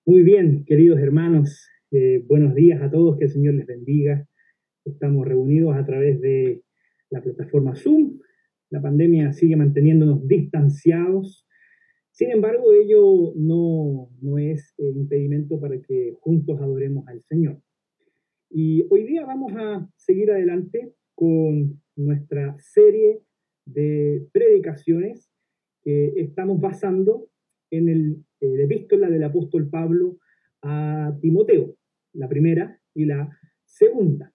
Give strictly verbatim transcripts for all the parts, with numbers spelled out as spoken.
Muy bien, queridos hermanos, eh, buenos días a todos, que el Señor les bendiga. Estamos reunidos a través de la plataforma Zoom. La pandemia sigue manteniéndonos distanciados. Sin embargo, ello no, no es eh, impedimento para que juntos adoremos al Señor. Y hoy día vamos a seguir adelante con nuestra serie de predicaciones que estamos basando en el, eh, la epístola del apóstol Pablo a Timoteo, la primera y la segunda.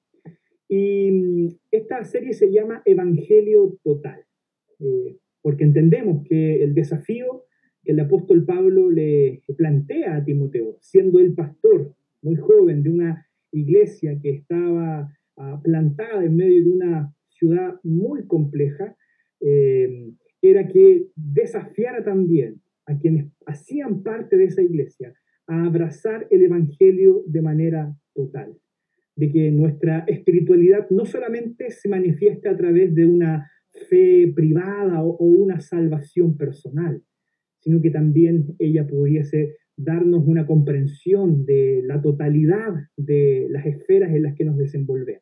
Y mm, esta serie se llama Evangelio Total, eh, porque entendemos que el desafío que el apóstol Pablo le plantea a Timoteo, siendo el pastor muy joven de una iglesia que estaba uh, plantada en medio de una ciudad muy compleja, eh, era que desafiara también a quienes hacían parte de esa iglesia a abrazar el Evangelio de manera total, de que nuestra espiritualidad no solamente se manifiesta a través de una fe privada o, o una salvación personal, sino que también ella pudiese darnos una comprensión de la totalidad de las esferas en las que nos desenvolvemos.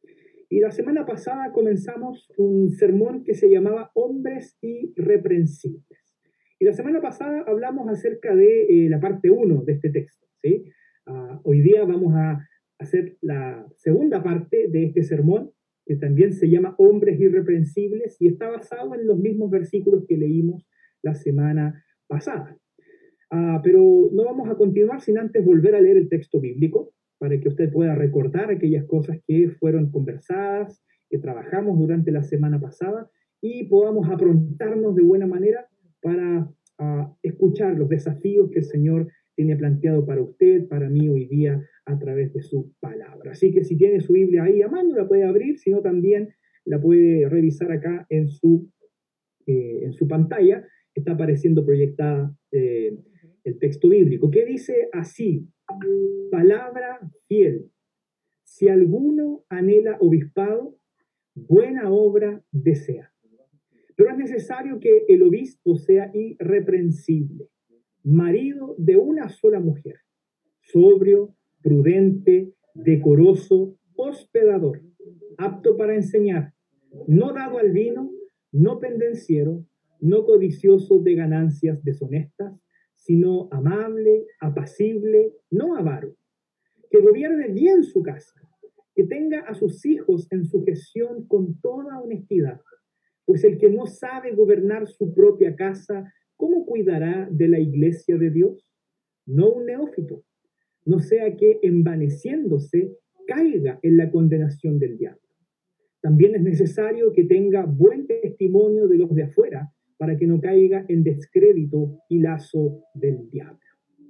Y la semana pasada comenzamos un sermón que se llamaba Hombres Irreprensibles. Y la semana pasada hablamos acerca de eh, la parte uno de este texto, ¿sí? Uh, hoy día vamos a hacer la segunda parte de este sermón, que también se llama Hombres Irreprensibles y está basado en los mismos versículos que leímos la semana pasada. Uh, pero no vamos a continuar sin antes volver a leer el texto bíblico para que usted pueda recordar aquellas cosas que fueron conversadas, que trabajamos durante la semana pasada y podamos aprontarnos de buena manera para uh, escuchar los desafíos que el Señor tiene planteado para usted, para mí hoy día a través de su palabra. Así que si tiene su Biblia ahí a mano, la puede abrir, sino también la puede revisar acá en su, eh, en su pantalla. Está apareciendo proyectada eh, el texto bíblico, que dice así: palabra fiel. Si alguno anhela obispado, buena obra desea. Pero es necesario que el obispo sea irreprensible, marido de una sola mujer, sobrio, prudente, decoroso, hospedador, apto para enseñar, no dado al vino, no pendenciero, no codicioso de ganancias deshonestas, sino amable, apacible, no avaro, que gobierne bien su casa, que tenga a sus hijos en sujeción con toda honestidad, pues el que no sabe gobernar su propia casa, ¿cómo cuidará de la iglesia de Dios? No un neófito, no sea que envaneciéndose caiga en la condenación del diablo. También es necesario que tenga buen testimonio de los de afuera para que no caiga en descrédito y lazo del diablo.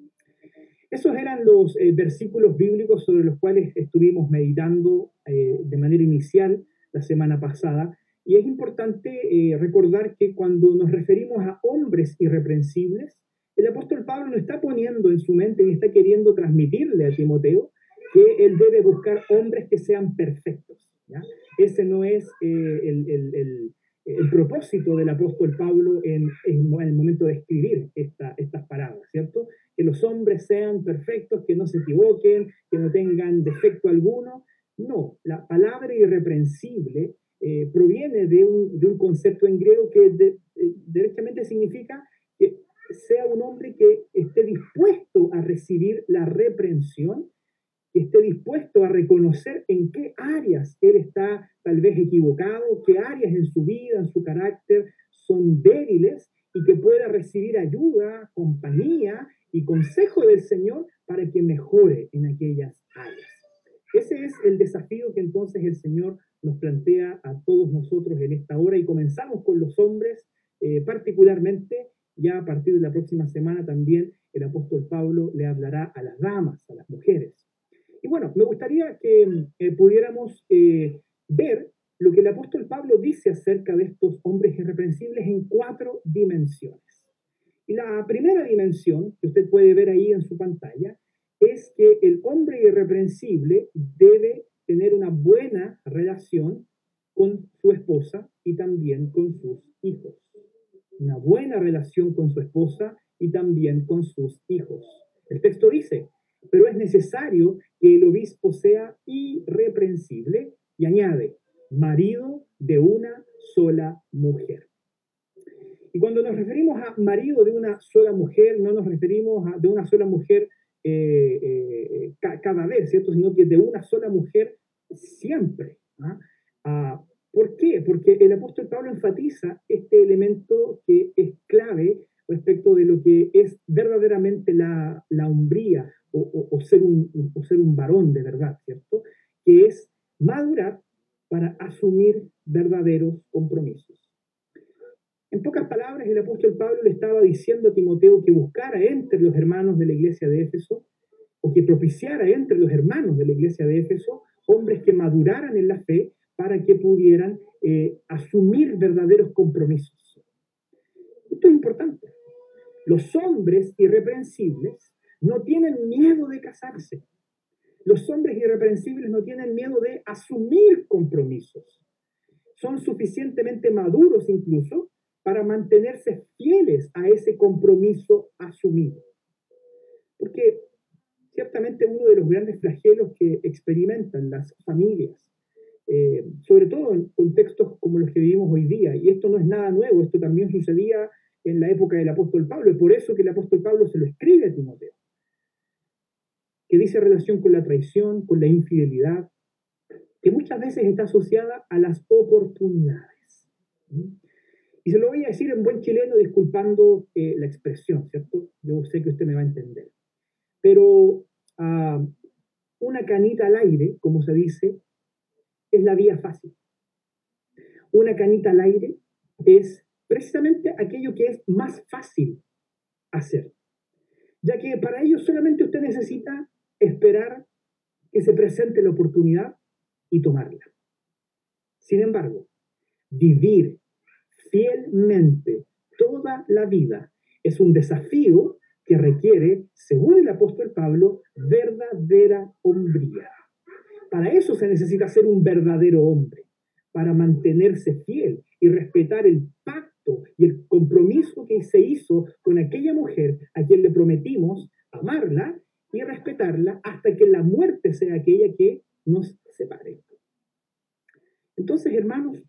Esos eran los eh, versículos bíblicos sobre los cuales estuvimos meditando eh, de manera inicial la semana pasada. Y es importante eh, recordar que cuando nos referimos a hombres irreprensibles, el apóstol Pablo no está poniendo en su mente y está queriendo transmitirle a Timoteo que él debe buscar hombres que sean perfectos, ¿ya? Ese no es eh, el, el, el, el propósito del apóstol Pablo en, en el momento de escribir esta, estas palabras, ¿cierto? Que los hombres sean perfectos, que no se equivoquen, que no tengan defecto alguno. No, la palabra irreprensible eh, proviene de un, de un concepto en griego que de, eh, directamente significa que sea un hombre que esté dispuesto a recibir la reprensión, que esté dispuesto a reconocer en qué áreas él está tal vez equivocado, qué áreas en su vida, en su carácter son débiles y que pueda recibir ayuda, compañía y consejo del Señor para que mejore en aquellas áreas. Ese es el desafío que entonces el Señor nos plantea a todos nosotros en esta hora y comenzamos con los hombres eh, particularmente. Ya a partir de la próxima semana también el apóstol Pablo le hablará a las damas, a las mujeres. Y bueno, me gustaría que eh, pudiéramos eh, ver lo que el apóstol Pablo dice acerca de estos hombres irreprensibles en cuatro dimensiones. Y la primera dimensión, que usted puede ver ahí en su pantalla, es que el hombre irreprensible debe tener una buena relación con su esposa y también con sus hijos. Una buena relación con su esposa y también con sus hijos. El texto dice, pero es necesario que el obispo sea irreprensible y añade, marido de una sola mujer. Y cuando nos referimos a marido de una sola mujer, no nos referimos a de una sola mujer eh, eh, ca cada vez, ¿cierto? Sino que de una sola mujer siempre. ¿Ah? Ah, ¿Por qué? Porque el apóstol Pablo enfatiza este elemento que es clave respecto de lo que es verdaderamente la, la hombría o, o, o, ser un, o ser un varón de verdad, ¿cierto? Que es madurar para asumir verdaderos compromisos. En pocas palabras, el apóstol Pablo le estaba diciendo a Timoteo que buscara entre los hermanos de la iglesia de Éfeso, o que propiciara entre los hermanos de la iglesia de Éfeso, hombres que maduraran en la fe para que pudieran eh, asumir verdaderos compromisos. Esto es importante. Los hombres irreprensibles no tienen miedo de casarse. Los hombres irreprensibles no tienen miedo de asumir compromisos. Son suficientemente maduros incluso para mantenerse fieles a ese compromiso asumido. Porque ciertamente uno de los grandes flagelos que experimentan las familias, eh, sobre todo en contextos como los que vivimos hoy día, y esto no es nada nuevo, esto también sucedía en la época del apóstol Pablo, y por eso que el apóstol Pablo se lo escribe a Timoteo, que dice relación con la traición, con la infidelidad, que muchas veces está asociada a las oportunidades. ¿Mm? Y se lo voy a decir en buen chileno, disculpando eh, la expresión, ¿cierto? Yo sé que usted me va a entender. Pero uh, una canita al aire, como se dice, es la vía fácil. Una canita al aire es precisamente aquello que es más fácil hacer, ya que para ello solamente usted necesita esperar que se presente la oportunidad y tomarla. Sin embargo, vivir fielmente toda la vida es un desafío que requiere, según el apóstol Pablo, verdadera hombría. Para eso se necesita ser un verdadero hombre, para mantenerse fiel y respetar el pacto y el compromiso que se hizo con aquella mujer a quien le prometimos amarla y respetarla hasta que la muerte sea aquella que nos separe. Entonces, hermanos,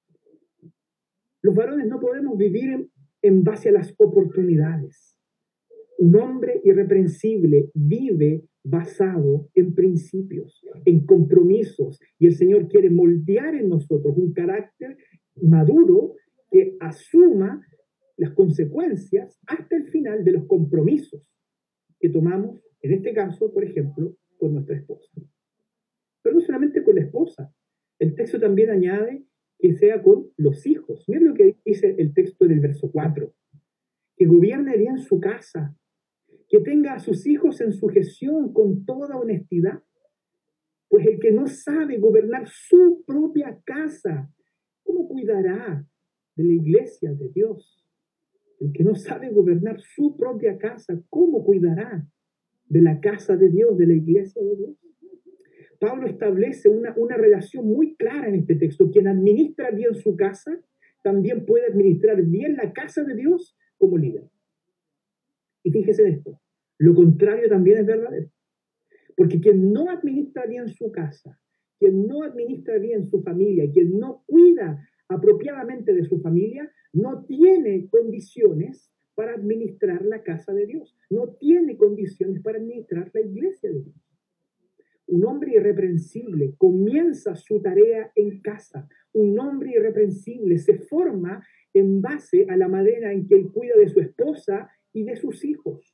los varones no podemos vivir en, en base a las oportunidades. Un hombre irreprensible vive basado en principios, en compromisos, y el Señor quiere moldear en nosotros un carácter maduro que asuma las consecuencias hasta el final de los compromisos que tomamos, en este caso, por ejemplo, con nuestra esposa. Pero no solamente con la esposa. El texto también añade que sea con los hijos. Miren lo que dice el texto en el verso cuatro. Que gobierne bien su casa, que tenga a sus hijos en sujeción con toda honestidad. Pues el que no sabe gobernar su propia casa, ¿cómo cuidará de la iglesia de Dios? El que no sabe gobernar su propia casa, ¿cómo cuidará de la casa de Dios, de la iglesia de Dios? Pablo establece una, una relación muy clara en este texto. Quien administra bien su casa, también puede administrar bien la casa de Dios como líder. Y fíjese en esto, lo contrario también es verdadero. Porque quien no administra bien su casa, quien no administra bien su familia, quien no cuida apropiadamente de su familia, no tiene condiciones para administrar la casa de Dios. No tiene condiciones para administrar la iglesia de Dios. Un hombre irreprensible comienza su tarea en casa. Un hombre irreprensible se forma en base a la manera en que él cuida de su esposa y de sus hijos.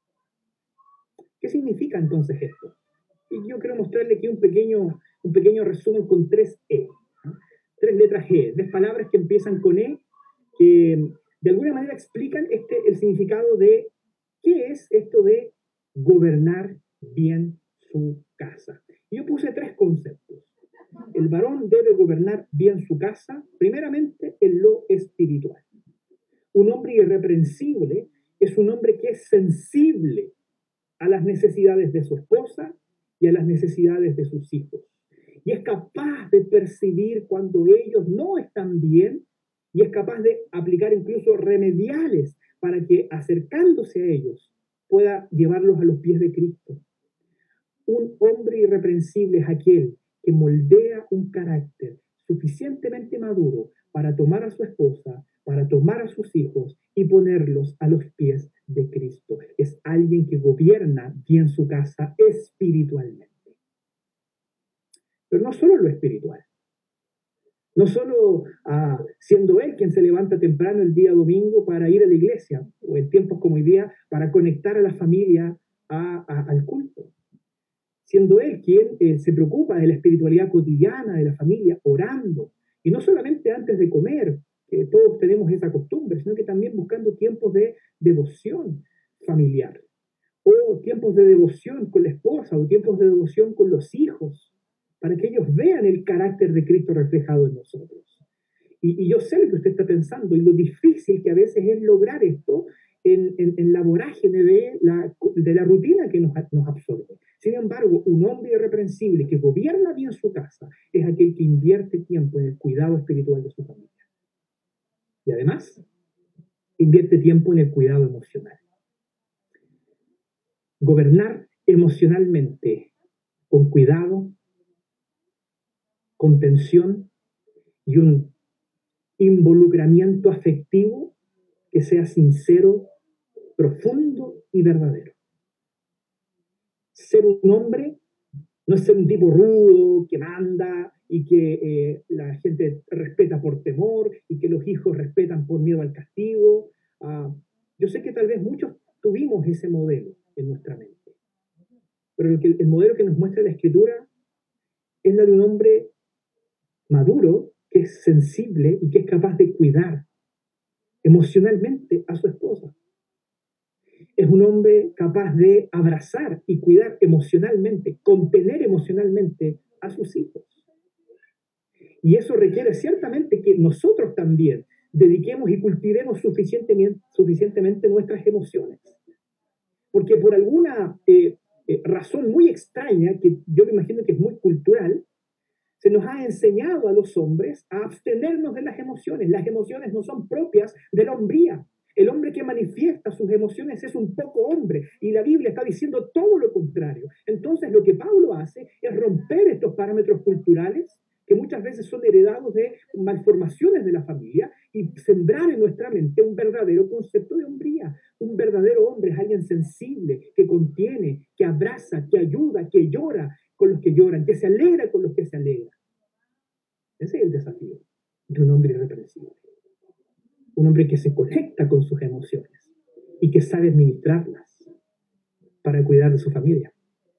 ¿Qué significa entonces esto? Y yo quiero mostrarle aquí un pequeño, un pequeño resumen con tres E. ¿no? Tres letras E, tres palabras que empiezan con E, que de alguna manera explican este, el significado de qué es esto de gobernar bien su casa. Y yo puse tres conceptos. El varón debe gobernar bien su casa, primeramente en lo espiritual. Un hombre irreprensible es un hombre que es sensible a las necesidades de su esposa y a las necesidades de sus hijos. Y es capaz de percibir cuando ellos no están bien y es capaz de aplicar incluso remediales para que, acercándose a ellos, pueda llevarlos a los pies de Cristo. Un hombre irreprensible es aquel que moldea un carácter suficientemente maduro para tomar a su esposa, para tomar a sus hijos y ponerlos a los pies de Cristo. Es alguien que gobierna bien su casa espiritualmente. Pero no solo en lo espiritual. No solo ah, siendo él quien se levanta temprano el día domingo para ir a la iglesia, o en tiempos como hoy día, para conectar a la familia a, a, al culto. Siendo él quien eh, se preocupa de la espiritualidad cotidiana de la familia, orando. Y no solamente antes de comer, que todos tenemos esa costumbre, sino que también buscando tiempos de devoción familiar. O tiempos de devoción con la esposa, o tiempos de devoción con los hijos, para que ellos vean el carácter de Cristo reflejado en nosotros. Y, y yo sé lo que usted está pensando y lo difícil que a veces es lograr esto en, en, en la vorágine de la, de la rutina que nos, nos absorbe. Sin embargo, un hombre irreprensible que gobierna bien su casa es aquel que invierte tiempo en el cuidado espiritual de su familia. Y además, invierte tiempo en el cuidado emocional. Gobernar emocionalmente con cuidado, contención y un involucramiento afectivo que sea sincero, profundo y verdadero. Ser un hombre no es ser un tipo rudo que manda y que eh, la gente respeta por temor y que los hijos respetan por miedo al castigo. Uh, yo sé que tal vez muchos tuvimos ese modelo en nuestra mente, pero el, que, el modelo que nos muestra la Escritura es la de un hombre maduro, que es sensible y que es capaz de cuidar emocionalmente a su esposa. Es un hombre capaz de abrazar y cuidar emocionalmente, contener emocionalmente a sus hijos. Y eso requiere ciertamente que nosotros también dediquemos y cultivemos suficientemente, suficientemente nuestras emociones. Porque por alguna eh, eh, razón muy extraña, que yo me imagino que es muy cultural, se nos ha enseñado a los hombres a abstenernos de las emociones. Las emociones no son propias de la hombría. El hombre que manifiesta sus emociones es un poco hombre, y la Biblia está diciendo todo lo contrario. Entonces lo que Pablo hace es romper estos parámetros culturales que muchas veces son heredados de malformaciones de la familia y sembrar en nuestra mente un verdadero concepto de hombría. Un verdadero hombre es alguien sensible, que contiene, que abraza, que ayuda, que llora con los que lloran, que se alegra con los que se alegran. Ese es el desafío de un hombre irreprensible. Un hombre que se conecta con sus emociones y que sabe administrarlas para cuidar de su familia.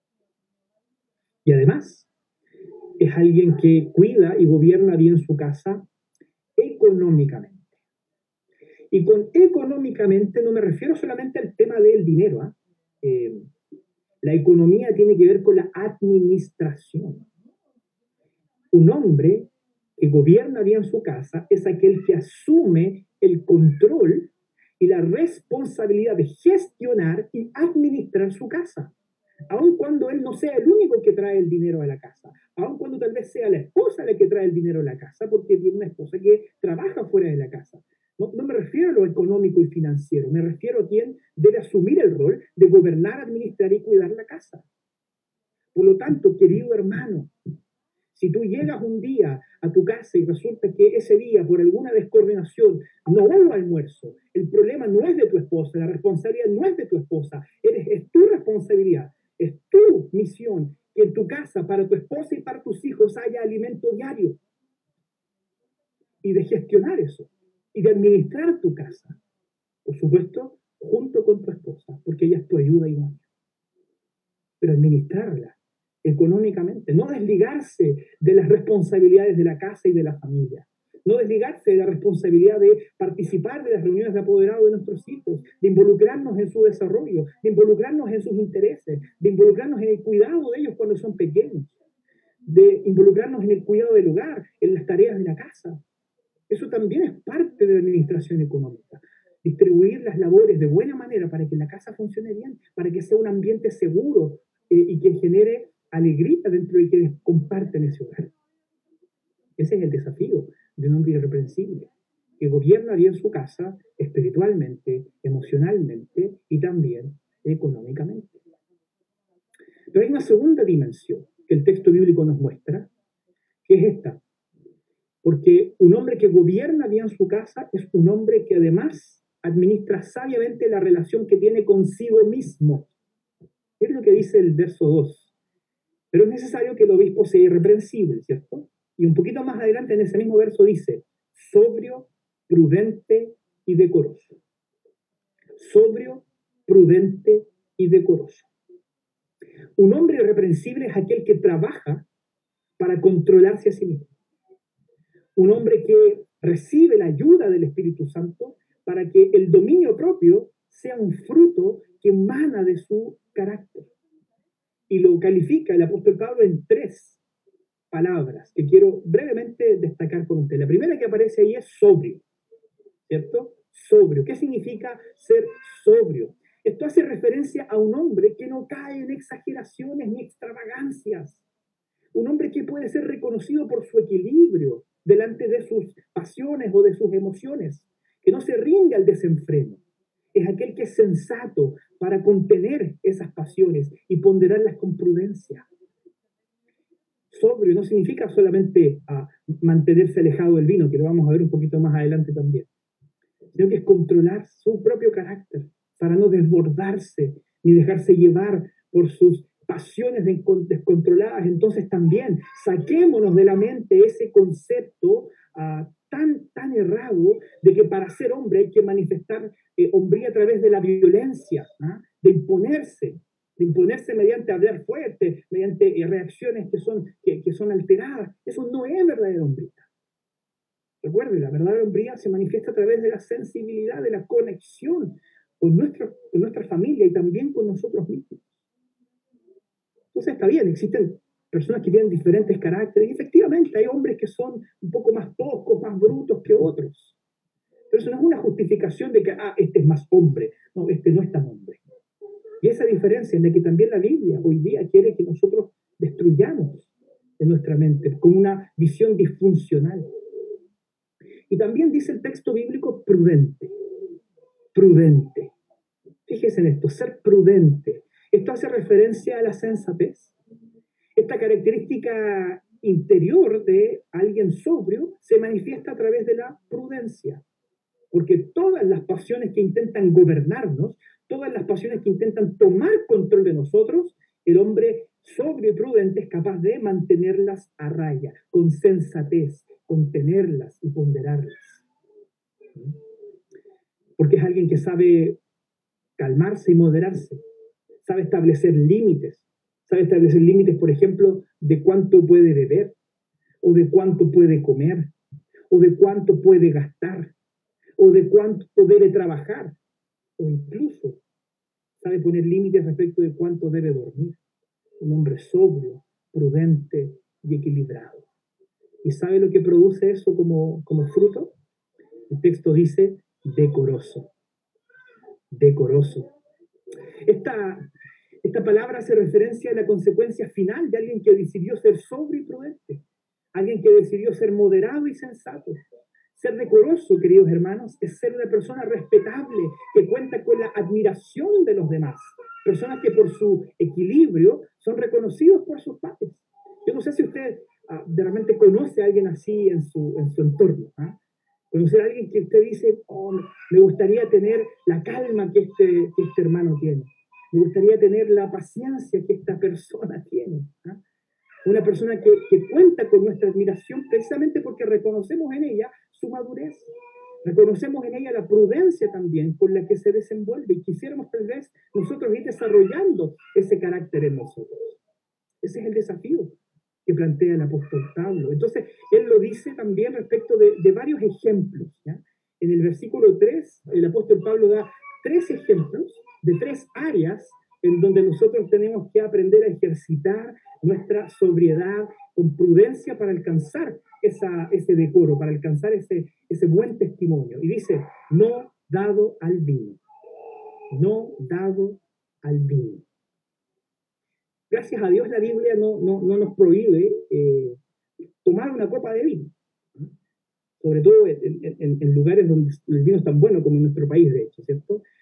Y además, es alguien que cuida y gobierna bien su casa económicamente. Y con económicamente no me refiero solamente al tema del dinero. ¿eh? Eh, la economía tiene que ver con la administración. Un hombre que gobierna bien su casa es aquel que asume el control y la responsabilidad de gestionar y administrar su casa. Aun cuando él no sea el único que trae el dinero a la casa, aun cuando tal vez sea la esposa la que trae el dinero a la casa, porque tiene una esposa que trabaja fuera de la casa. No, no me refiero a lo económico y financiero, me refiero a quien debe asumir el rol de gobernar, administrar y cuidar la casa. Por lo tanto, querido hermano, si tú llegas un día a tu casa y resulta que ese día, por alguna descoordinación, no hubo almuerzo, el problema no es de tu esposa, la responsabilidad no es de tu esposa, eres, es tu responsabilidad, es tu misión que en tu casa, para tu esposa y para tus hijos, haya alimento diario. Y de gestionar eso, y de administrar tu casa. Por supuesto, junto con tu esposa, porque ella es tu ayuda y idónea. Pero administrarla económicamente, no desligarse de las responsabilidades de la casa y de la familia, no desligarse de la responsabilidad de participar de las reuniones de apoderado de nuestros hijos, de involucrarnos en su desarrollo, de involucrarnos en sus intereses, de involucrarnos en el cuidado de ellos cuando son pequeños, de involucrarnos en el cuidado del hogar, en las tareas de la casa. Eso también es parte de la administración económica. Distribuir las labores de buena manera para que la casa funcione bien, para que sea un ambiente seguro eh, y que genere alegría dentro de quienes comparten ese hogar. Ese es el desafío de un hombre irreprensible, que gobierna bien su casa espiritualmente, emocionalmente y también económicamente. Pero hay una segunda dimensión que el texto bíblico nos muestra, que es esta. Porque un hombre que gobierna bien su casa es un hombre que además administra sabiamente la relación que tiene consigo mismo. Es lo que dice el verso dos. Pero es necesario que el obispo sea irreprensible, ¿cierto? Y un poquito más adelante en ese mismo verso dice, sobrio, prudente y decoroso. Sobrio, prudente y decoroso. Un hombre irreprensible es aquel que trabaja para controlarse a sí mismo. Un hombre que recibe la ayuda del Espíritu Santo para que el dominio propio sea un fruto que emana de su carácter. Y lo califica el apóstol Pablo en tres palabras que quiero brevemente destacar con usted. La primera que aparece ahí es sobrio, ¿cierto? Sobrio. ¿Qué significa ser sobrio? Esto hace referencia a un hombre que no cae en exageraciones ni extravagancias. Un hombre que puede ser reconocido por su equilibrio delante de sus pasiones o de sus emociones, que no se rinde al desenfreno. Es aquel que es sensato para contener esas pasiones y ponderarlas con prudencia. Sobrio no significa solamente ah, mantenerse alejado del vino, que lo vamos a ver un poquito más adelante también, sino que es controlar su propio carácter para no desbordarse ni dejarse llevar por sus pasiones descontroladas. Entonces también saquémonos de la mente ese concepto uh, tan, tan errado de que para ser hombre hay que manifestar eh, hombría a través de la violencia, ¿ah? de imponerse, de imponerse mediante hablar fuerte, mediante eh, reacciones que son, que, que son alteradas. Eso no es verdadera hombría. Recuerde, la verdadera hombría se manifiesta a través de la sensibilidad, de la conexión con nuestra, con nuestra familia y también con nosotros mismos. Entonces está bien, existen personas que tienen diferentes caracteres y efectivamente hay hombres que son un poco más toscos, más brutos que otros. Pero eso no es una justificación de que, ah, este es más hombre. No, este no es tan hombre. Y esa diferencia es la que también la Biblia hoy día quiere que nosotros destruyamos en nuestra mente con una visión disfuncional. Y también dice el texto bíblico prudente. Prudente. Fíjese en esto, ser prudente. Esto hace referencia a la sensatez. Esta característica interior de alguien sobrio se manifiesta a través de la prudencia. Porque todas las pasiones que intentan gobernarnos, todas las pasiones que intentan tomar control de nosotros, el hombre sobrio y prudente es capaz de mantenerlas a raya, con sensatez, contenerlas y ponderarlas. Porque es alguien que sabe calmarse y moderarse, sabe establecer límites, sabe establecer límites, por ejemplo, de cuánto puede beber, o de cuánto puede comer, o de cuánto puede gastar, o de cuánto debe trabajar, o incluso sabe poner límites respecto de cuánto debe dormir. Un hombre sobrio, prudente y equilibrado. ¿Y sabe lo que produce eso como, como fruto? El texto dice decoroso. Decoroso. Esta, esta palabra hace referencia a la consecuencia final de alguien que decidió ser sobrio y prudente. Alguien que decidió ser moderado y sensato. Ser decoroso, queridos hermanos, es ser una persona respetable, que cuenta con la admiración de los demás. Personas que por su equilibrio son reconocidos por sus pares. Yo no sé si usted ah, de repente conoce a alguien así en su, en su entorno. ¿ah? Conocer a alguien que usted dice, oh, me gustaría tener la calma que este, que este hermano tiene. Me gustaría tener la paciencia que esta persona tiene. ¿ah? Una persona que, que cuenta con nuestra admiración precisamente porque reconocemos en ella su madurez. Reconocemos en ella la prudencia también con la que se desenvuelve y quisiéramos tal vez nosotros ir desarrollando ese carácter en nosotros. Ese es el desafío que plantea el apóstol Pablo. Entonces, él lo dice también respecto de, de varios ejemplos. ¿ya? En el versículo tres, el apóstol Pablo da tres ejemplos de tres áreas en donde nosotros tenemos que aprender a ejercitar nuestra sobriedad con prudencia para alcanzar esa, ese decoro, para alcanzar ese, ese buen testimonio. Y dice, no dado al vino. No dado al vino. Gracias a Dios la Biblia no, no, no nos prohíbe eh, tomar una copa de vino. Sobre todo en, en, en lugares donde el vino es tan bueno como en nuestro país, de hecho, ¿cierto? Porque la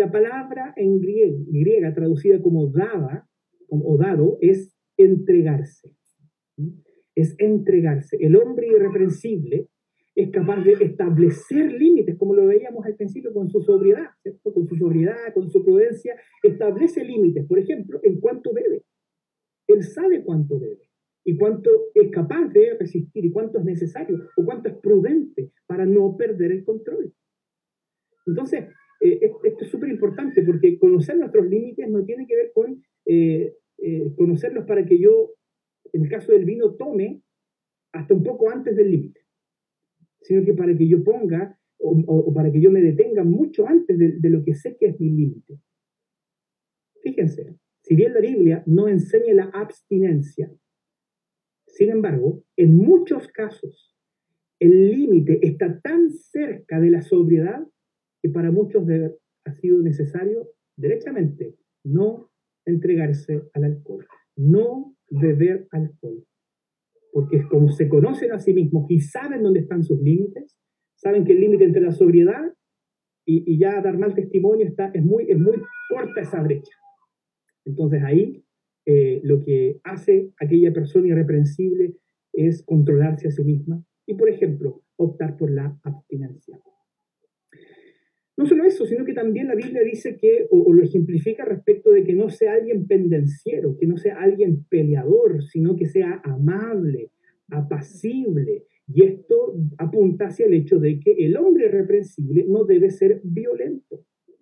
la palabra en griega, griega traducida como daba como, o dado es entregarse. Es entregarse. El hombre irreprensible es capaz de establecer límites, como lo veíamos al principio con su sobriedad, ¿cierto? Con su sobriedad, con su prudencia, establece límites. Por ejemplo, en cuánto bebe. Él sabe cuánto bebe y cuánto es capaz de resistir y cuánto es necesario o cuánto es prudente para no perder el control. Entonces, eh, esto es súper importante porque conocer nuestros límites no tiene que ver con eh, eh, conocerlos para que yo, en el caso del vino, tome hasta un poco antes del límite, sino que para que yo ponga o, o, o para que yo me detenga mucho antes de, de lo que sé que es mi límite. Fíjense, si bien la Biblia no enseña la abstinencia, sin embargo, en muchos casos, el límite está tan cerca de la sobriedad que para muchos de, ha sido necesario, derechamente, no entregarse al alcohol, no beber alcohol. Porque como se conocen a sí mismos y saben dónde están sus límites, saben que el límite entre la sobriedad y, y ya dar mal testimonio está, es, muy, es muy corta esa brecha. Entonces ahí eh, lo que hace aquella persona irreprensible es controlarse a sí misma y, por ejemplo, optar por la abstinencia. No solo eso, sino que también la Biblia dice que, o, o lo ejemplifica respecto de que no sea alguien pendenciero, que no sea alguien peleador, sino que sea amable, apacible. Y esto apunta hacia el hecho de que el hombre irreprensible no debe ser violento.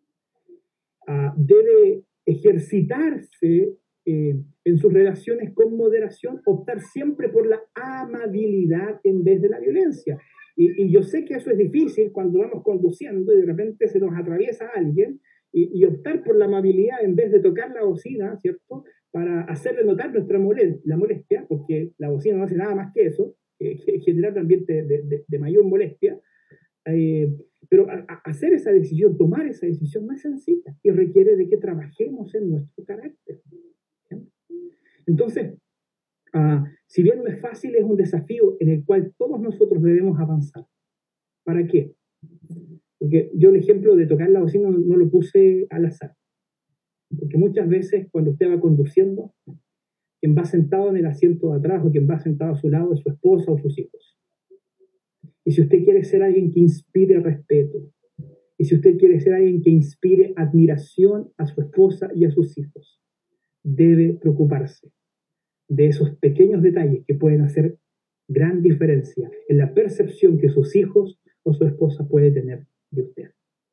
Uh, debe ejercitarse eh, en sus relaciones con moderación, optar siempre por la amabilidad en vez de la violencia. Y, y yo sé que eso es difícil cuando vamos conduciendo y de repente se nos atraviesa alguien y, y optar por la amabilidad en vez de tocar la bocina, ¿cierto? Para hacerle notar nuestra molestia, la molestia, porque la bocina no hace nada más que eso, eh, generar un ambiente de, de, de mayor molestia. Eh, pero a, a hacer esa decisión, tomar esa decisión no es sencilla y requiere de que trabajemos en nuestro carácter. ¿Sí? Entonces, uh, si bien no es fácil, es un desafío en el cual todos nosotros debemos avanzar. ¿Para qué? Porque yo el ejemplo de tocar la bocina no, no lo puse al azar. Porque muchas veces cuando usted va conduciendo, quien va sentado en el asiento de atrás o quien va sentado a su lado es su esposa o sus hijos. Y si usted quiere ser alguien que inspire respeto, y si usted quiere ser alguien que inspire admiración a su esposa y a sus hijos, debe preocuparse de esos pequeños detalles que pueden hacer gran diferencia en la percepción que sus hijos o su esposa puede tener de usted.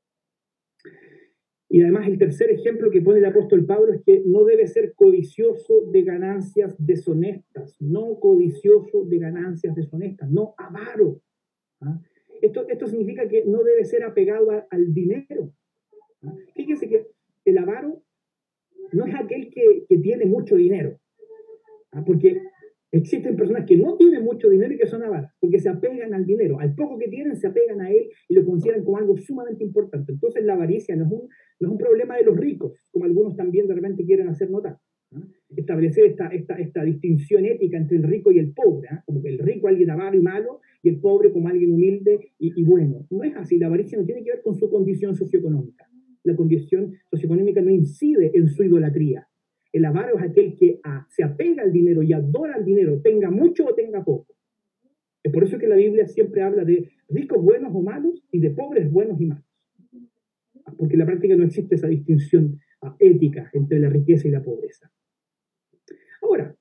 Y además el tercer ejemplo que pone el apóstol Pablo es que no debe ser codicioso de ganancias deshonestas, no codicioso de ganancias deshonestas, no avaro. ¿Ah? Esto, esto significa que no debe ser apegado a, al dinero. ¿Ah? Fíjense que el avaro no es aquel que, que tiene mucho dinero, ¿ah? Porque existen personas que no tienen mucho dinero y que son avaras, porque se apegan al dinero, al poco que tienen se apegan a él y lo consideran como algo sumamente importante. Entonces la avaricia no es un, no es un problema de los ricos, como algunos también de repente quieren hacer notar. ¿Ah? Establecer esta, esta, esta distinción ética entre el rico y el pobre, ¿ah? Como que el rico alguien avaro y malo y el pobre como alguien humilde y, y bueno. No es así, la avaricia no tiene que ver con su condición socioeconómica. La condición socioeconómica no incide en su idolatría. El avaro es aquel que ah, se apega al dinero y adora al dinero, tenga mucho o tenga poco. Es por eso que la Biblia siempre habla de ricos buenos o malos y de pobres buenos y malos. Porque en la práctica no existe esa distinción ah, ética entre la riqueza y la pobreza. Ahora,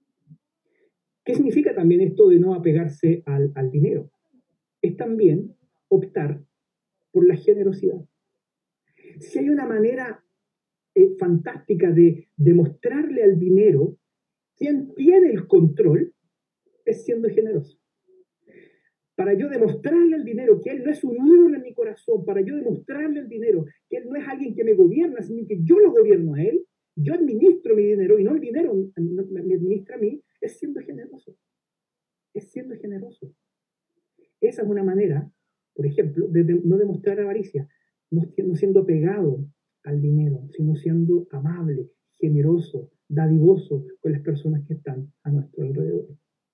¿qué significa también esto de no apegarse al, al dinero? Es también optar por la generosidad. Si hay una manera eh, fantástica de demostrarle al dinero quién tiene el control, es siendo generoso. Para yo demostrarle al dinero que él no es un ídolo en mi corazón, para yo demostrarle al dinero que él no es alguien que me gobierna, sino que yo lo gobierno a él, yo administro mi dinero y no el dinero me administra a mí, es siendo generoso. Es siendo generoso. Esa es una manera, por ejemplo, de, de no demostrar avaricia, no, no siendo pegado al dinero, sino siendo amable, generoso, dadivoso con las personas que están a nuestro alrededor.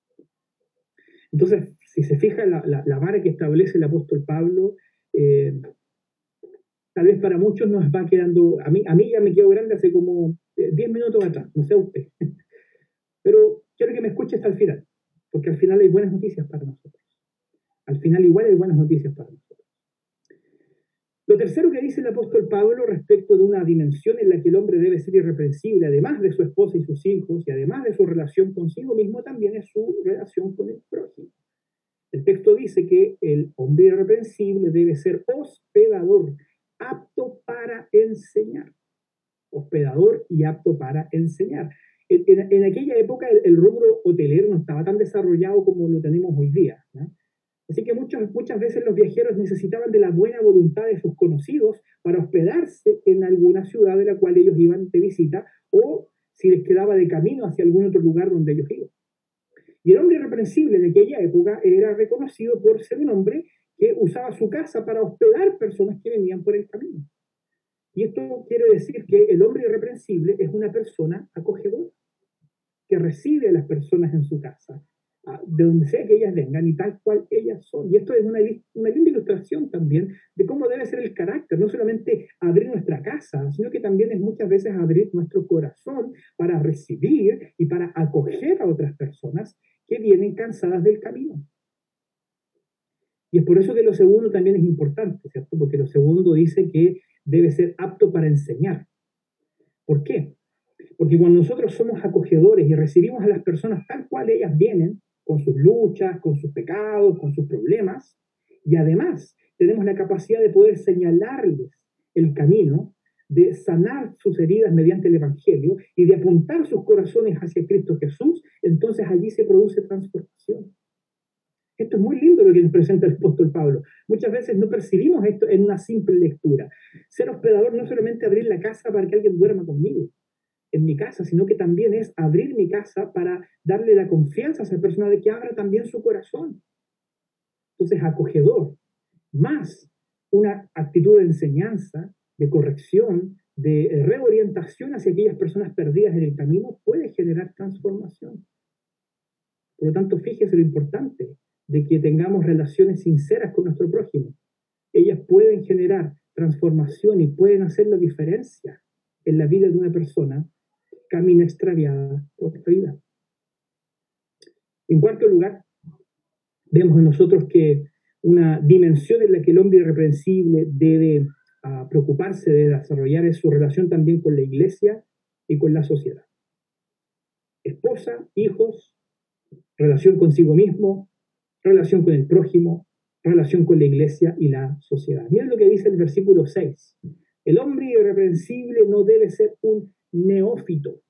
Entonces, si se fija la, la, la vara que establece el apóstol Pablo, eh, tal vez para muchos nos va quedando, a mí, a mí ya me quedó grande hace como diez minutos atrás, no sé usted. Pero quiero que me escuche hasta el final, porque al final hay buenas noticias para nosotros. Al final igual hay buenas noticias para nosotros. Lo tercero que dice el apóstol Pablo respecto de una dimensión en la que el hombre debe ser irreprensible, además de su esposa y sus hijos, y además de su relación consigo mismo, también es su relación con el prójimo. El texto dice que el hombre irreprensible debe ser hospedador, apto para enseñar. Hospedador y apto para enseñar. En, en, en aquella época el, el rubro hotelero no estaba tan desarrollado como lo tenemos hoy día, ¿no? Así que muchas, muchas veces los viajeros necesitaban de la buena voluntad de sus conocidos para hospedarse en alguna ciudad de la cual ellos iban de visita o si les quedaba de camino hacia algún otro lugar donde ellos iban. Y el hombre irreprensible de aquella época era reconocido por ser un hombre que usaba su casa para hospedar personas que venían por el camino. Y esto quiere decir que el hombre irreprensible es una persona acogedora, que recibe a las personas en su casa, de donde sea que ellas vengan y tal cual ellas son. Y esto es una, una linda ilustración también de cómo debe ser el carácter, no solamente abrir nuestra casa, sino que también es muchas veces abrir nuestro corazón para recibir y para acoger a otras personas que vienen cansadas del camino. Y es por eso que lo segundo también es importante, ¿cierto? Porque lo segundo dice que debe ser apto para enseñar. ¿Por qué? Porque cuando nosotros somos acogedores y recibimos a las personas tal cual ellas vienen, con sus luchas, con sus pecados, con sus problemas, y además tenemos la capacidad de poder señalarles el camino, de sanar sus heridas mediante el Evangelio y de apuntar sus corazones hacia Cristo Jesús, entonces allí se produce transformación. Esto es muy lindo lo que nos presenta el apóstol Pablo. Muchas veces no percibimos esto en una simple lectura. Ser hospedador no es solamente abrir la casa para que alguien duerma conmigo en mi casa, sino que también es abrir mi casa para darle la confianza a esa persona de que abra también su corazón. Entonces, acogedor, más una actitud de enseñanza, de corrección, de reorientación hacia aquellas personas perdidas en el camino, puede generar transformación. Por lo tanto, fíjese lo importante de que tengamos relaciones sinceras con nuestro prójimo. Ellas pueden generar transformación y pueden hacer la diferencia en la vida de una persona que camina extraviada por la vida. En cuarto lugar, vemos en nosotros que una dimensión en la que el hombre irreprensible debe uh, preocuparse de desarrollar es su relación también con la iglesia y con la sociedad. Esposa, hijos, relación consigo mismo, relación con el prójimo, relación con la iglesia y la sociedad. Miren lo que dice el versículo seis. El hombre irreprensible no debe ser un neófito.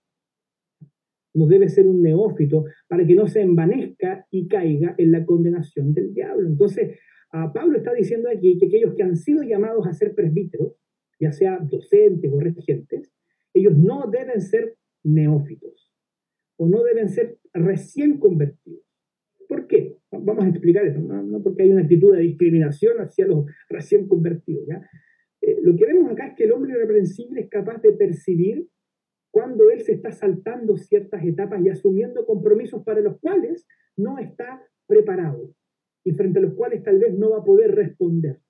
No debe ser un neófito para que no se envanezca y caiga en la condenación del diablo. Entonces, uh, Pablo está diciendo aquí que aquellos que han sido llamados a ser presbíteros, ya sea docentes o regentes, ellos no deben ser neófitos o no deben ser recién convertidos. ¿Por qué? Vamos a explicar eso, no, no porque hay una actitud de discriminación hacia los recién convertidos, ¿ya? Eh, lo que vemos acá es que el hombre irreprensible es capaz de percibir cuando él se está saltando ciertas etapas y asumiendo compromisos para los cuales no está preparado y frente a los cuales tal vez no va a poder responder.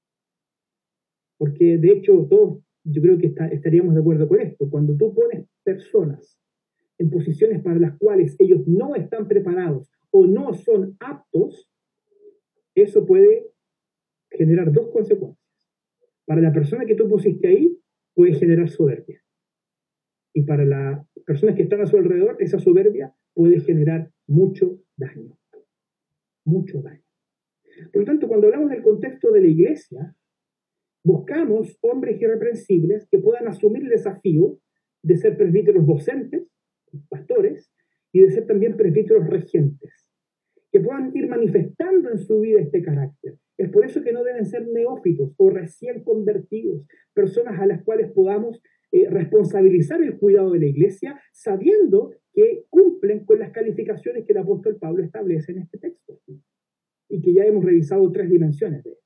Porque de hecho todos, yo creo que está, estaríamos de acuerdo con esto, cuando tú pones personas en posiciones para las cuales ellos no están preparados o no son aptos, eso puede generar dos consecuencias. Para la persona que tú pusiste ahí, puede generar soberbia. Y para las personas que están a su alrededor, esa soberbia puede generar mucho daño. Mucho daño. Por lo tanto, cuando hablamos del contexto de la iglesia, buscamos hombres irreprensibles que puedan asumir el desafío de ser presbíteros docentes, pastores, y de ser también presbíteros regentes, que puedan ir manifestando en su vida este carácter. Es por eso que no deben ser neófitos o recién convertidos, personas a las cuales podamos eh, responsabilizar el cuidado de la iglesia, sabiendo que cumplen con las calificaciones que el apóstol Pablo establece en este texto, y que ya hemos revisado tres dimensiones de él.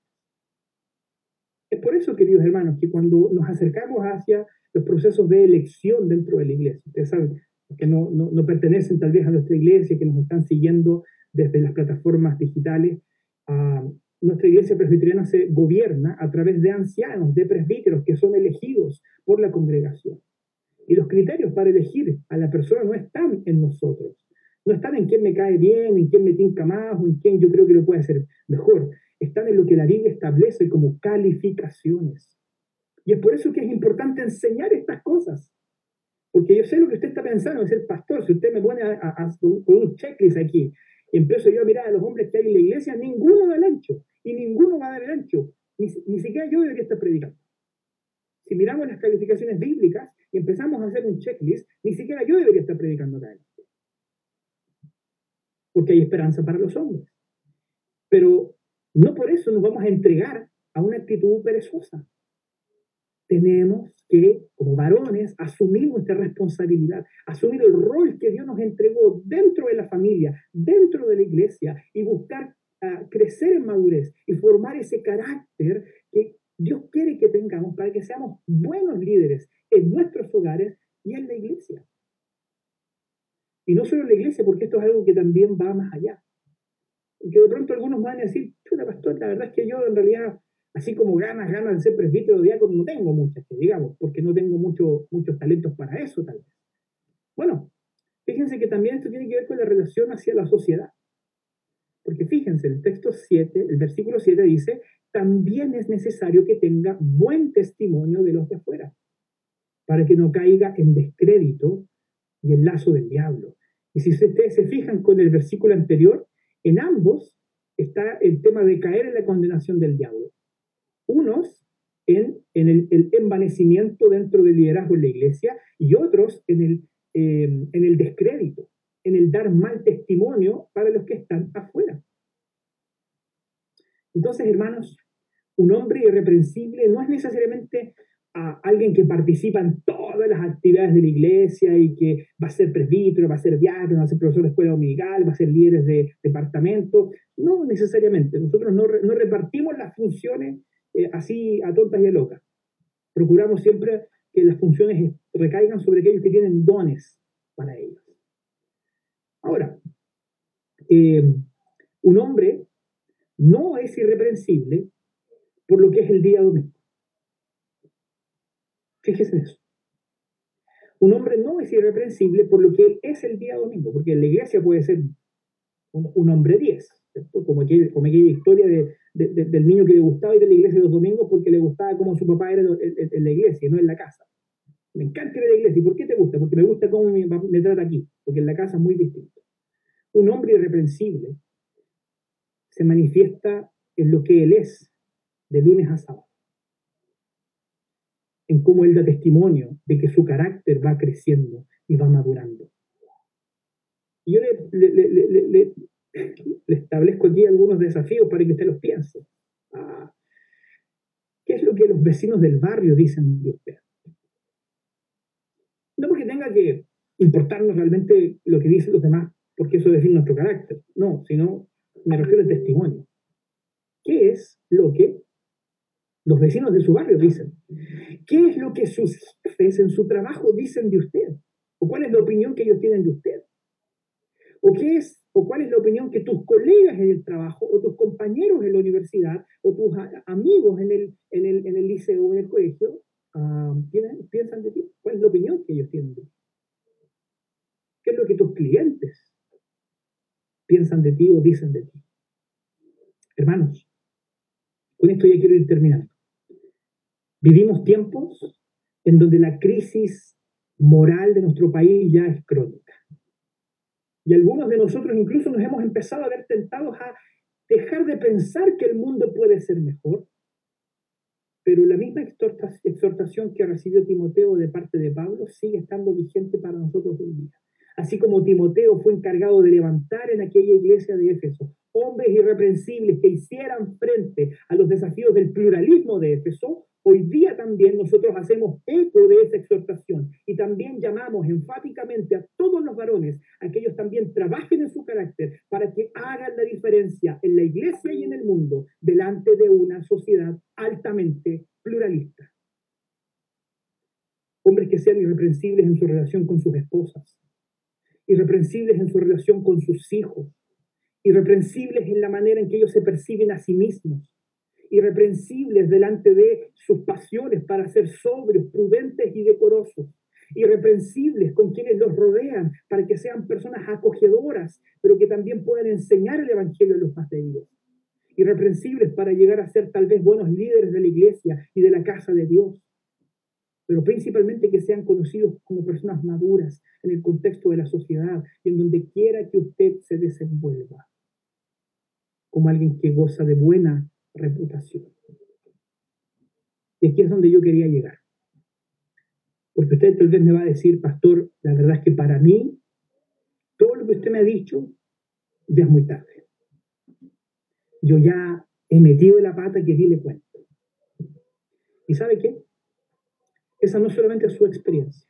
Es por eso, queridos hermanos, que cuando nos acercamos hacia los procesos de elección dentro de la iglesia, ustedes saben, que no, no, no pertenecen tal vez a nuestra iglesia, que nos están siguiendo desde las plataformas digitales, uh, nuestra iglesia presbiteriana se gobierna a través de ancianos, de presbíteros que son elegidos por la congregación. Y los criterios para elegir a la persona no están en nosotros. No están en quién me cae bien, en quién me tinca más o en quién yo creo que lo puede hacer mejor. Están en lo que la Biblia establece como calificaciones. Y es por eso que es importante enseñar estas cosas. Porque yo sé lo que usted está pensando, es el pastor. Si usted me pone a, a, a, con un checklist aquí y empiezo yo a mirar a los hombres que hay en la iglesia, ninguno da el ancho. Y ninguno va a dar el ancho. Ni, ni siquiera yo debería estar predicando. Si miramos las calificaciones bíblicas y empezamos a hacer un checklist, ni siquiera yo debería estar predicando acá. Porque hay esperanza para los hombres. Pero no por eso nos vamos a entregar a una actitud perezosa. Tenemos que, como varones, asumir nuestra responsabilidad, asumir el rol que Dios nos entregó dentro de la familia, dentro de la iglesia, y buscar uh, crecer en madurez y formar ese carácter que Dios quiere que tengamos para que seamos buenos líderes en nuestros hogares y en la iglesia. Y no solo en la iglesia, porque esto es algo que también va más allá. Porque de pronto algunos van a decir, chuta, pastor, la verdad es que yo en realidad, así como ganas, ganas de ser presbítero o diácono, no tengo muchas, que digamos, porque no tengo mucho, muchos talentos para eso, tal vez. Bueno, fíjense que también esto tiene que ver con la relación hacia la sociedad. Porque fíjense, el texto siete, el versículo siete dice, también es necesario que tenga buen testimonio de los de afuera, para que no caiga en descrédito y el lazo del diablo. Y si ustedes se fijan con el versículo anterior, en ambos está el tema de caer en la condenación del diablo. Unos en, en el, el envanecimiento dentro del liderazgo en la iglesia y otros en el, eh, en el descrédito, en el dar mal testimonio para los que están afuera. Entonces, hermanos, un hombre irreprensible no es necesariamente a alguien que participa en todas las actividades de la iglesia y que va a ser presbítero, va a ser diácono, va a ser profesor de escuela dominical, va a ser líder de departamento. No necesariamente. Nosotros no, no repartimos las funciones eh, así a tontas y a locas. Procuramos siempre que las funciones recaigan sobre aquellos que tienen dones para ellos. Ahora, eh, un hombre no es irreprensible por lo que es el día domingo. Fíjese en eso. Un hombre no es irreprensible por lo que es el día domingo, porque en la iglesia puede ser un, un hombre diez, ¿cierto? Como, aquel, como aquella historia de, de, de, del niño que le gustaba ir a la iglesia los domingos porque le gustaba cómo su papá era en, en, en la iglesia, no en la casa. Me encanta ir a la iglesia. ¿Y por qué te gusta? Porque me gusta cómo me, me trata aquí, porque en la casa es muy distinto. Un hombre irreprensible se manifiesta en lo que él es, de lunes a sábado, en cómo él da testimonio de que su carácter va creciendo y va madurando. Y yo le, le, le, le, le, le establezco aquí algunos desafíos para que usted los piense. Ah, ¿qué es lo que los vecinos del barrio dicen de usted? No porque tenga que importarnos realmente lo que dicen los demás, porque eso define nuestro carácter. No, sino me refiero al testimonio. ¿Qué es lo que los vecinos de su barrio dicen? ¿Qué es lo que sus jefes en su trabajo dicen de usted? ¿O cuál es la opinión que ellos tienen de usted? ¿O qué es, o cuál es la opinión que tus colegas en el trabajo, o tus compañeros en la universidad, o tus a, amigos en el, en, el, en el liceo o en el colegio uh, tienen, piensan de ti? ¿Cuál es la opinión que ellos tienen de ti? ¿Qué es lo que tus clientes piensan de ti o dicen de ti? Hermanos, con esto ya quiero ir terminando. Vivimos tiempos en donde la crisis moral de nuestro país ya es crónica. Y algunos de nosotros incluso nos hemos empezado a ver tentados a dejar de pensar que el mundo puede ser mejor. Pero la misma exhortación que recibió Timoteo de parte de Pablo sigue estando vigente para nosotros hoy día. Así como Timoteo fue encargado de levantar en aquella iglesia de Éfeso hombres irreprensibles que hicieran frente a los desafíos del pluralismo de Éfeso, hoy día también nosotros hacemos eco de esa exhortación y también llamamos enfáticamente a todos los varones a que ellos también trabajen en su carácter para que hagan la diferencia en la iglesia y en el mundo delante de una sociedad altamente pluralista. Hombres que sean irreprensibles en su relación con sus esposas, irreprensibles en su relación con sus hijos, irreprensibles en la manera en que ellos se perciben a sí mismos, irreprensibles delante de sus pasiones para ser sobrios, prudentes y decorosos, irreprensibles con quienes los rodean para que sean personas acogedoras, pero que también puedan enseñar el evangelio a los más débiles, irreprensibles para llegar a ser tal vez buenos líderes de la iglesia y de la casa de Dios, pero principalmente que sean conocidos como personas maduras en el contexto de la sociedad y en donde quiera que usted se desenvuelva, como alguien que goza de buena reputación. Y aquí es donde yo quería llegar. Porque usted tal vez me va a decir, pastor, la verdad es que para mí, todo lo que usted me ha dicho, ya es muy tarde. Yo ya he metido la pata que di le cuento. ¿Y sabe qué? Esa no solamente es su experiencia,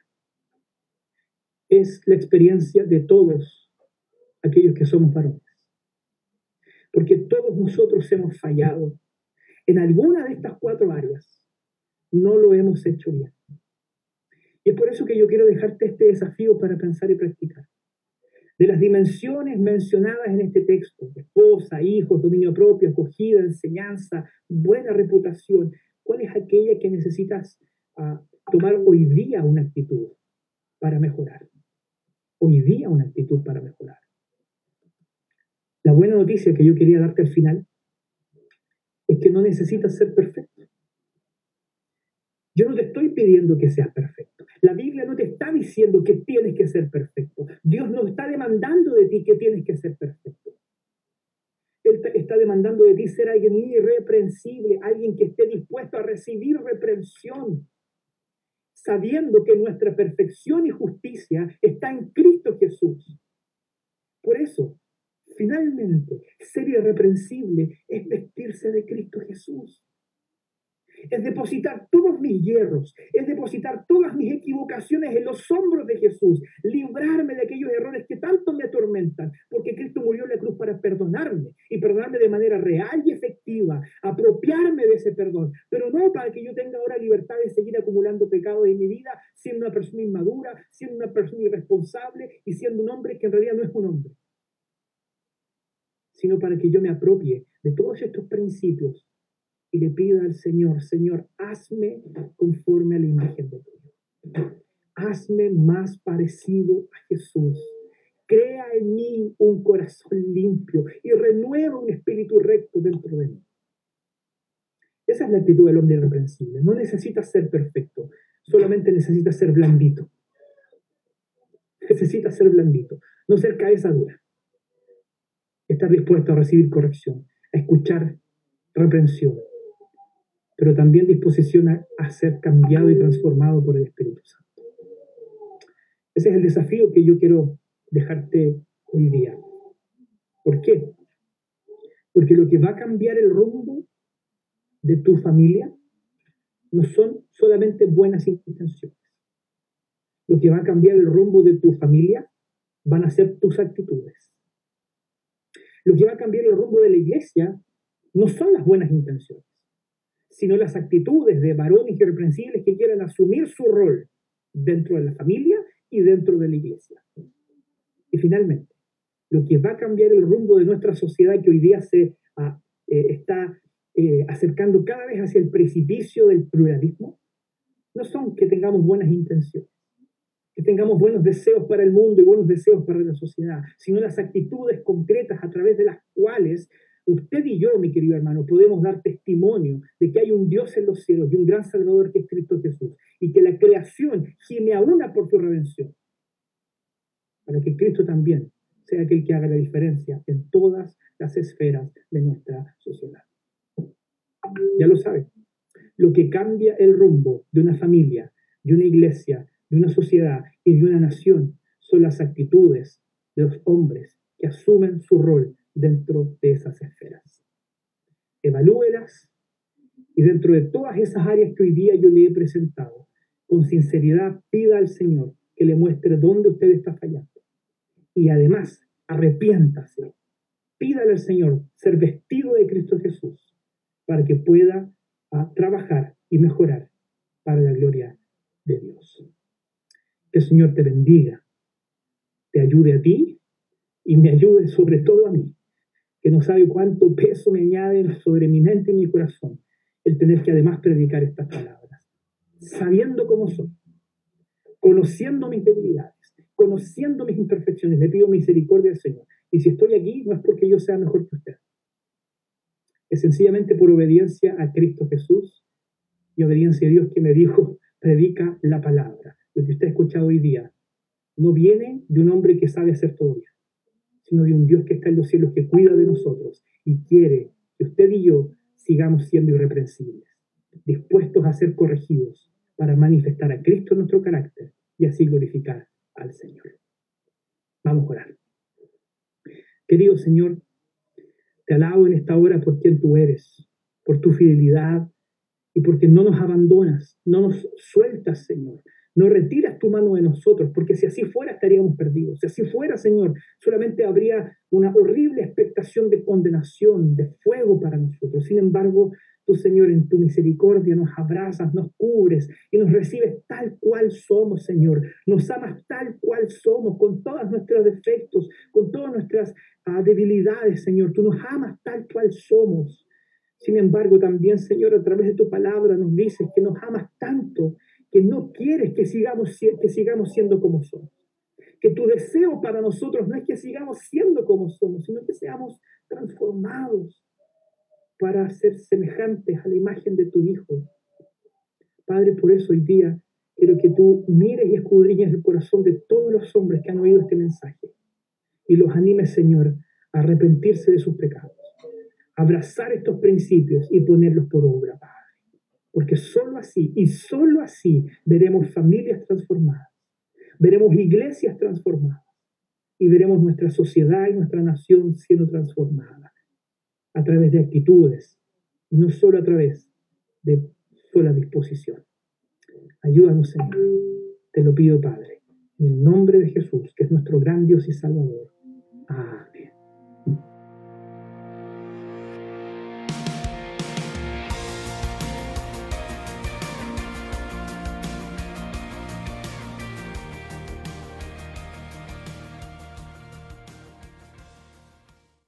es la experiencia de todos aquellos que somos varones. Porque todos nosotros hemos fallado en alguna de estas cuatro áreas. No lo hemos hecho bien. Y es por eso que yo quiero dejarte este desafío para pensar y practicar. De las dimensiones mencionadas en este texto, esposa, hijos, dominio propio, acogida, enseñanza, buena reputación, ¿cuál es aquella que necesitas uh, tomar hoy día una actitud para mejorar? Hoy día una actitud para mejorar. La buena noticia que yo quería darte al final es que no necesitas ser perfecto. Yo no te estoy pidiendo que seas perfecto. La Biblia no te está diciendo que tienes que ser perfecto. Dios no está demandando de ti que tienes que ser perfecto. Él está demandando de ti ser alguien irreprensible, alguien que esté dispuesto a recibir reprensión, sabiendo que nuestra perfección y justicia está en Cristo Jesús. Por eso, finalmente, ser irreprensible es vestirse de Cristo Jesús. Es depositar todos mis hierros, es depositar todas mis equivocaciones en los hombros de Jesús, librarme de aquellos errores que tanto me atormentan, porque Cristo murió en la cruz para perdonarme, y perdonarme de manera real y efectiva, apropiarme de ese perdón, pero no para que yo tenga ahora libertad de seguir acumulando pecados en mi vida, siendo una persona inmadura, siendo una persona irresponsable, y siendo un hombre que en realidad no es un hombre, sino para que yo me apropie de todos estos principios y le pida al Señor, Señor, hazme conforme a la imagen de Dios. Hazme más parecido a Jesús. Crea en mí un corazón limpio y renueva un espíritu recto dentro de mí. Esa es la actitud del hombre irreprensible. No necesitas ser perfecto, solamente necesitas ser blandito. Necesitas ser blandito, no ser cabeza dura. Estar dispuesto a recibir corrección, a escuchar reprensión, pero también disposición a, a ser cambiado y transformado por el Espíritu Santo. Ese es el desafío que yo quiero dejarte hoy día. ¿Por qué? Porque lo que va a cambiar el rumbo de tu familia no son solamente buenas intenciones. Lo que va a cambiar el rumbo de tu familia van a ser tus actitudes. Lo que va a cambiar el rumbo de la iglesia no son las buenas intenciones, sino las actitudes de varones irreprensibles que quieran asumir su rol dentro de la familia y dentro de la iglesia. Y finalmente, lo que va a cambiar el rumbo de nuestra sociedad que hoy día se uh, eh, está eh, acercando cada vez hacia el precipicio del pluralismo, no son que tengamos buenas intenciones, que tengamos buenos deseos para el mundo y buenos deseos para la sociedad, sino las actitudes concretas a través de las cuales usted y yo, mi querido hermano, podemos dar testimonio de que hay un Dios en los cielos y un gran Salvador que es Cristo Jesús, y que la creación gime a una por su redención, para que Cristo también sea aquel que haga la diferencia en todas las esferas de nuestra sociedad. Ya lo sabe, lo que cambia el rumbo de una familia, de una iglesia, de una sociedad y de una nación son las actitudes de los hombres que asumen su rol dentro de esas esferas. Evalúelas y dentro de todas esas áreas que hoy día yo le he presentado, con sinceridad pida al Señor que le muestre dónde usted está fallando. Y además, arrepiéntase. Pídale al Señor ser vestido de Cristo Jesús para que pueda a, trabajar y mejorar para la gloria de Dios. Que el Señor te bendiga, te ayude a ti y me ayude sobre todo a mí que no sabe cuánto peso me añade sobre mi mente y mi corazón el tener que además predicar estas palabras, sabiendo cómo soy, conociendo mis debilidades, conociendo mis imperfecciones. Le pido misericordia al Señor. Y si estoy aquí, no es porque yo sea mejor que usted. Es sencillamente por obediencia a Cristo Jesús y obediencia a Dios, que me dijo, predica la palabra. Lo que usted ha escuchado hoy día no viene de un hombre que sabe hacer todo bien, sino de un Dios que está en los cielos, que cuida de nosotros y quiere que usted y yo sigamos siendo irreprensibles, dispuestos a ser corregidos para manifestar a Cristo en nuestro carácter y así glorificar al Señor. Vamos a orar. Querido Señor, te alabo en esta hora por quien tú eres, por tu fidelidad y porque no nos abandonas, no nos sueltas, Señor. No retiras tu mano de nosotros, porque si así fuera estaríamos perdidos. Si así fuera, Señor, solamente habría una horrible expectación de condenación, de fuego para nosotros. Sin embargo, tú, Señor, en tu misericordia nos abrazas, nos cubres y nos recibes tal cual somos, Señor. Nos amas tal cual somos, con todos nuestros defectos, con todas nuestras uh, debilidades, Señor. Tú nos amas tal cual somos. Sin embargo, también, Señor, a través de tu palabra nos dices que nos amas tanto que no quieres que sigamos, que sigamos siendo como somos. Que tu deseo para nosotros no es que sigamos siendo como somos, sino que seamos transformados para ser semejantes a la imagen de tu Hijo. Padre, por eso hoy día quiero que tú mires y escudriñes el corazón de todos los hombres que han oído este mensaje y los animes, Señor, a arrepentirse de sus pecados, a abrazar estos principios y ponerlos por obra, Padre. Porque solo así, y solo así, veremos familias transformadas, veremos iglesias transformadas y veremos nuestra sociedad y nuestra nación siendo transformada a través de actitudes y no solo a través de sola disposición. Ayúdanos, Señor. Te lo pido, Padre, en el nombre de Jesús, que es nuestro gran Dios y Salvador. Amén.